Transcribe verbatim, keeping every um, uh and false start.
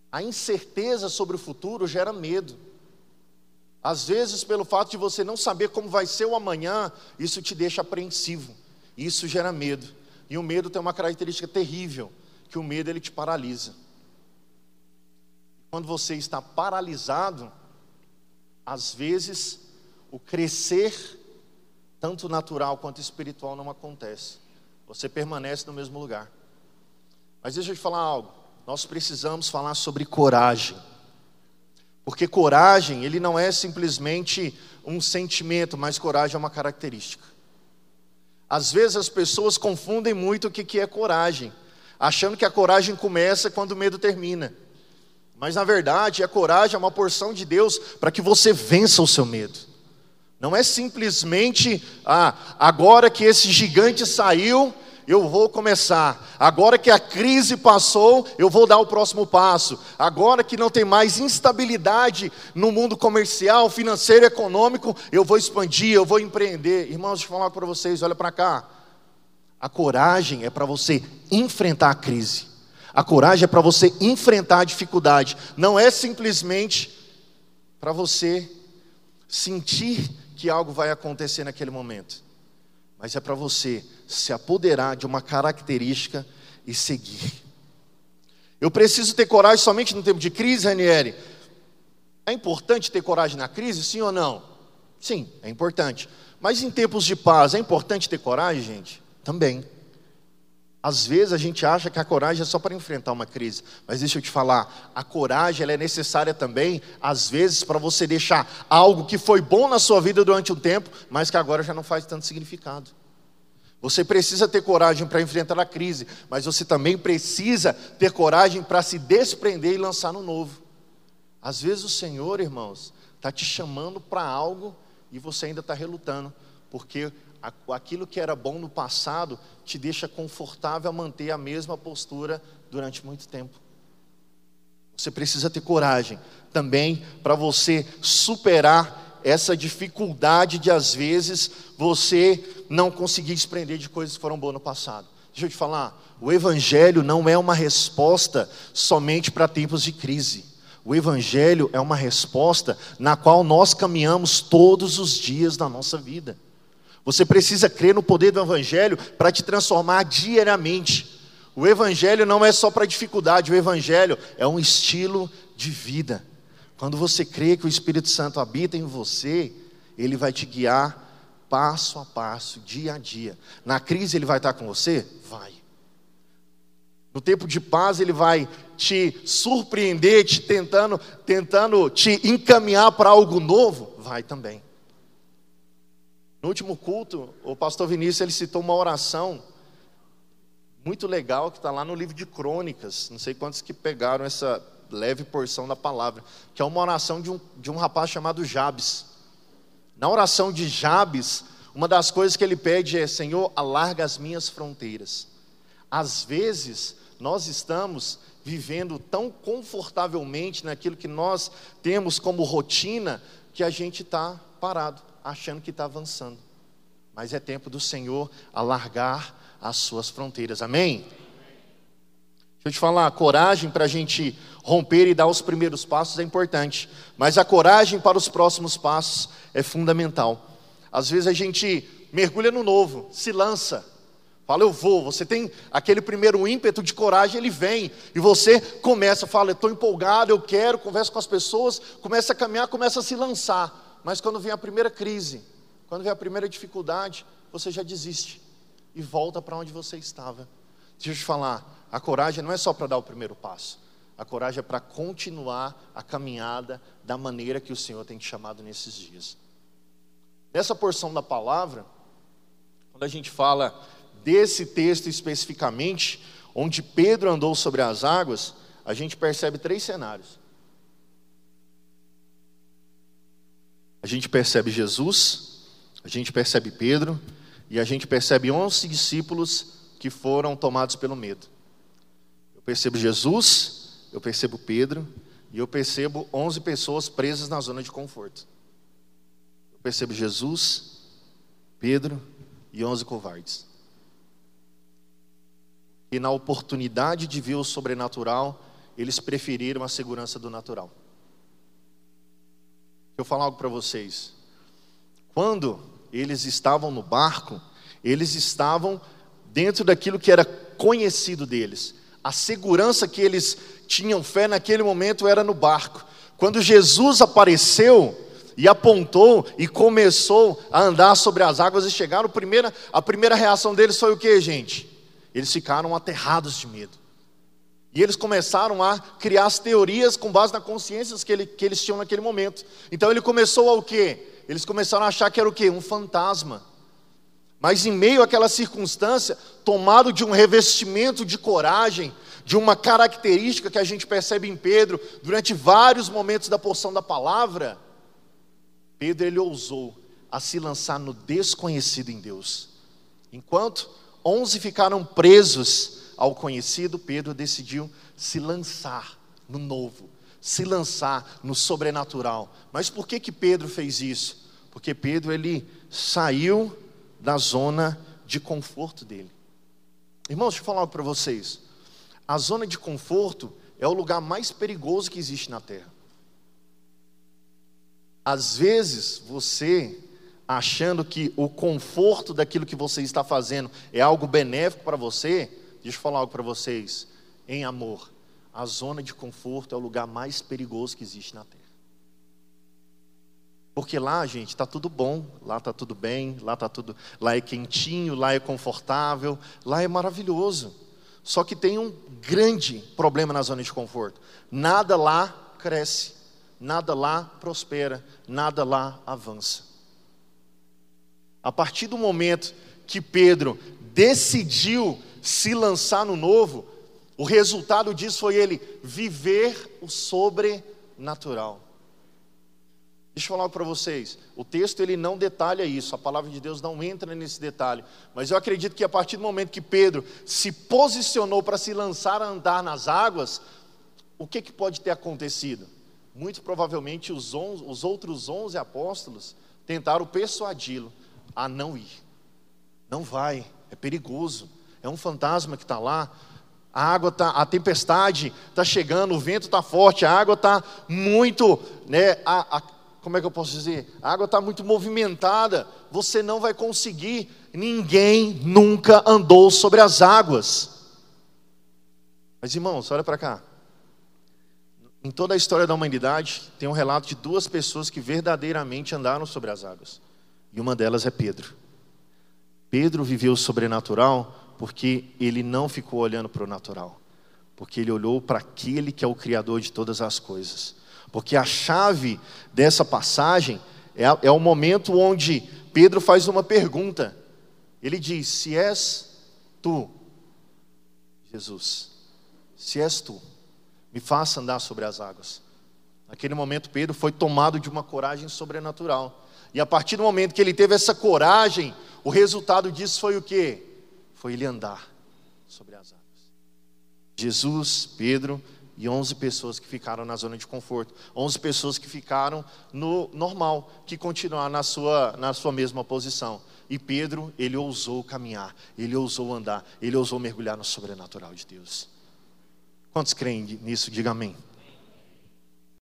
A incerteza sobre o futuro gera medo. Às vezes, pelo fato de você não saber como vai ser o amanhã, isso te deixa apreensivo. Isso gera medo. E o medo tem uma característica terrível, que o medo ele te paralisa. Quando você está paralisado, às vezes, o crescer, tanto natural quanto espiritual, não acontece. Você permanece no mesmo lugar. Mas deixa eu te falar algo. Nós precisamos falar sobre coragem. Porque coragem, ele não é simplesmente um sentimento, mas coragem é uma característica. Às vezes as pessoas confundem muito o que é coragem, achando que a coragem começa quando o medo termina. Mas na verdade, a coragem é uma porção de Deus para que você vença o seu medo. Não é simplesmente, ah, agora que esse gigante saiu, eu vou começar. Agora que a crise passou, eu vou dar o próximo passo. Agora que não tem mais instabilidade no mundo comercial, financeiro e econômico, eu vou expandir, eu vou empreender. Irmãos, deixa eu falar para vocês, olha para cá. A coragem é para você enfrentar a crise. A coragem é para você enfrentar a dificuldade. Não é simplesmente para você sentir que algo vai acontecer naquele momento. Mas é para você se apoderar de uma característica e seguir. Eu preciso ter coragem somente no tempo de crise, Ranieri? É importante ter coragem na crise, sim ou não? Sim, é importante. Mas em tempos de paz, é importante ter coragem, gente? Também. Às vezes a gente acha que a coragem é só para enfrentar uma crise. Mas deixa eu te falar, a coragem ela é necessária também, às vezes, para você deixar algo que foi bom na sua vida durante um tempo, mas que agora já não faz tanto significado. Você precisa ter coragem para enfrentar a crise, mas você também precisa ter coragem para se desprender e lançar no novo. Às vezes o Senhor, irmãos, está te chamando para algo e você ainda está relutando, porque aquilo que era bom no passado te deixa confortável a manter a mesma postura durante muito tempo. Você precisa ter coragem também para você superar essa dificuldade de às vezes você não conseguir desprender de coisas que foram boas no passado. Deixa eu te falar, o Evangelho não é uma resposta somente para tempos de crise. O Evangelho é uma resposta na qual nós caminhamos todos os dias da nossa vida. Você precisa crer no poder do Evangelho para te transformar diariamente. O Evangelho não é só para dificuldade, o Evangelho é um estilo de vida. Quando você crê que o Espírito Santo habita em você, ele vai te guiar passo a passo, dia a dia. Na crise ele vai estar com você? Vai. No tempo de paz ele vai te surpreender, te tentando, tentando te encaminhar para algo novo? Vai também. No último culto, o pastor Vinícius ele citou uma oração muito legal que está lá no livro de Crônicas. Não sei quantos que pegaram essa leve porção da palavra, que é uma oração de um, de um rapaz chamado Jabes. Na oração de Jabes, uma das coisas que ele pede é: Senhor, alarga as minhas fronteiras. Às vezes, nós estamos vivendo tão confortavelmente naquilo que nós temos como rotina, que a gente está parado, achando que está avançando. Mas é tempo do Senhor alargar as suas fronteiras, amém? Deixa eu te falar, a coragem para a gente romper e dar os primeiros passos é importante, mas a coragem para os próximos passos é fundamental. Às vezes a gente mergulha no novo, se lança, fala eu vou, você tem aquele primeiro ímpeto de coragem, ele vem, e você começa, fala eu estou empolgado, eu quero, conversa com as pessoas, começa a caminhar, começa a se lançar, mas quando vem a primeira crise, quando vem a primeira dificuldade, você já desiste, e volta para onde você estava. Deixa eu te falar, a coragem não é só para dar o primeiro passo, a coragem é para continuar a caminhada da maneira que o Senhor tem te chamado nesses dias. Nessa porção da palavra, quando a gente fala desse texto especificamente, onde Pedro andou sobre as águas, a gente percebe três cenários. A gente percebe Jesus, a gente percebe Pedro, e a gente percebe onze discípulos que foram tomados pelo medo. Eu percebo Jesus, eu percebo Pedro, e eu percebo onze pessoas presas na zona de conforto. Eu percebo Jesus, Pedro e onze covardes. E na oportunidade de ver o sobrenatural, eles preferiram a segurança do natural. Deixa eu falar algo para vocês. Quando eles estavam no barco, eles estavam dentro daquilo que era conhecido deles. A segurança que eles tinham fé naquele momento era no barco. Quando Jesus apareceu e apontou e começou a andar sobre as águas e chegaram, a primeira, a primeira reação deles foi o que, gente? Eles ficaram aterrados de medo. E eles começaram a criar as teorias com base na consciência que, ele, que eles tinham naquele momento. Então ele começou a o quê? Eles começaram a achar que era o quê? Um fantasma. Mas em meio àquela circunstância, tomado de um revestimento de coragem, de uma característica que a gente percebe em Pedro, durante vários momentos da porção da palavra, Pedro ele ousou a se lançar no desconhecido em Deus. Enquanto onze ficaram presos ao conhecido, Pedro decidiu se lançar no novo, se lançar no sobrenatural. Mas por que que Pedro fez isso? Porque Pedro ele saiu da zona de conforto dele. Irmãos, deixa eu falar algo para vocês. A zona de conforto é o lugar mais perigoso que existe na terra. Às vezes, você, achando que o conforto daquilo que você está fazendo é algo benéfico para você, deixa eu falar algo para vocês. Em amor, a zona de conforto é o lugar mais perigoso que existe na terra. Porque lá, gente, está tudo bom, lá está tudo bem, lá está tudo, lá é quentinho, lá é confortável, lá é maravilhoso. Só que tem um grande problema na zona de conforto. Nada lá cresce, nada lá prospera, nada lá avança. A partir do momento que Pedro decidiu se lançar no novo, o resultado disso foi ele viver o sobrenatural. Deixa eu falar algo para vocês, o texto ele não detalha isso, a palavra de Deus não entra nesse detalhe, mas eu acredito que a partir do momento que Pedro se posicionou para se lançar a andar nas águas, o que, que pode ter acontecido? Muito provavelmente os, onze, os outros onze apóstolos tentaram persuadi-lo a não ir. Não vai, é perigoso, é um fantasma que está lá, a água tá, a tempestade está chegando, o vento está forte, a água está muito, né, a, a como é que eu posso dizer? A água está muito movimentada, você não vai conseguir. Ninguém nunca andou sobre as águas. Mas irmãos, olha para cá. Em toda a história da humanidade, tem um relato de duas pessoas que verdadeiramente andaram sobre as águas. E uma delas é Pedro. Pedro viveu o sobrenatural porque ele não ficou olhando para o natural. Porque ele olhou para aquele que é o Criador de todas as coisas. Porque a chave dessa passagem é, é o momento onde Pedro faz uma pergunta. Ele diz, se és tu, Jesus, se és tu, me faça andar sobre as águas. Naquele momento Pedro foi tomado de uma coragem sobrenatural. E a partir do momento que ele teve essa coragem, o resultado disso foi o quê? Foi ele andar sobre as águas. Jesus, Pedro e onze pessoas que ficaram na zona de conforto. onze pessoas que ficaram no normal, que continuaram na sua, na sua mesma posição. E Pedro, ele ousou caminhar, ele ousou andar, ele ousou mergulhar no sobrenatural de Deus. Quantos creem nisso? Diga amém.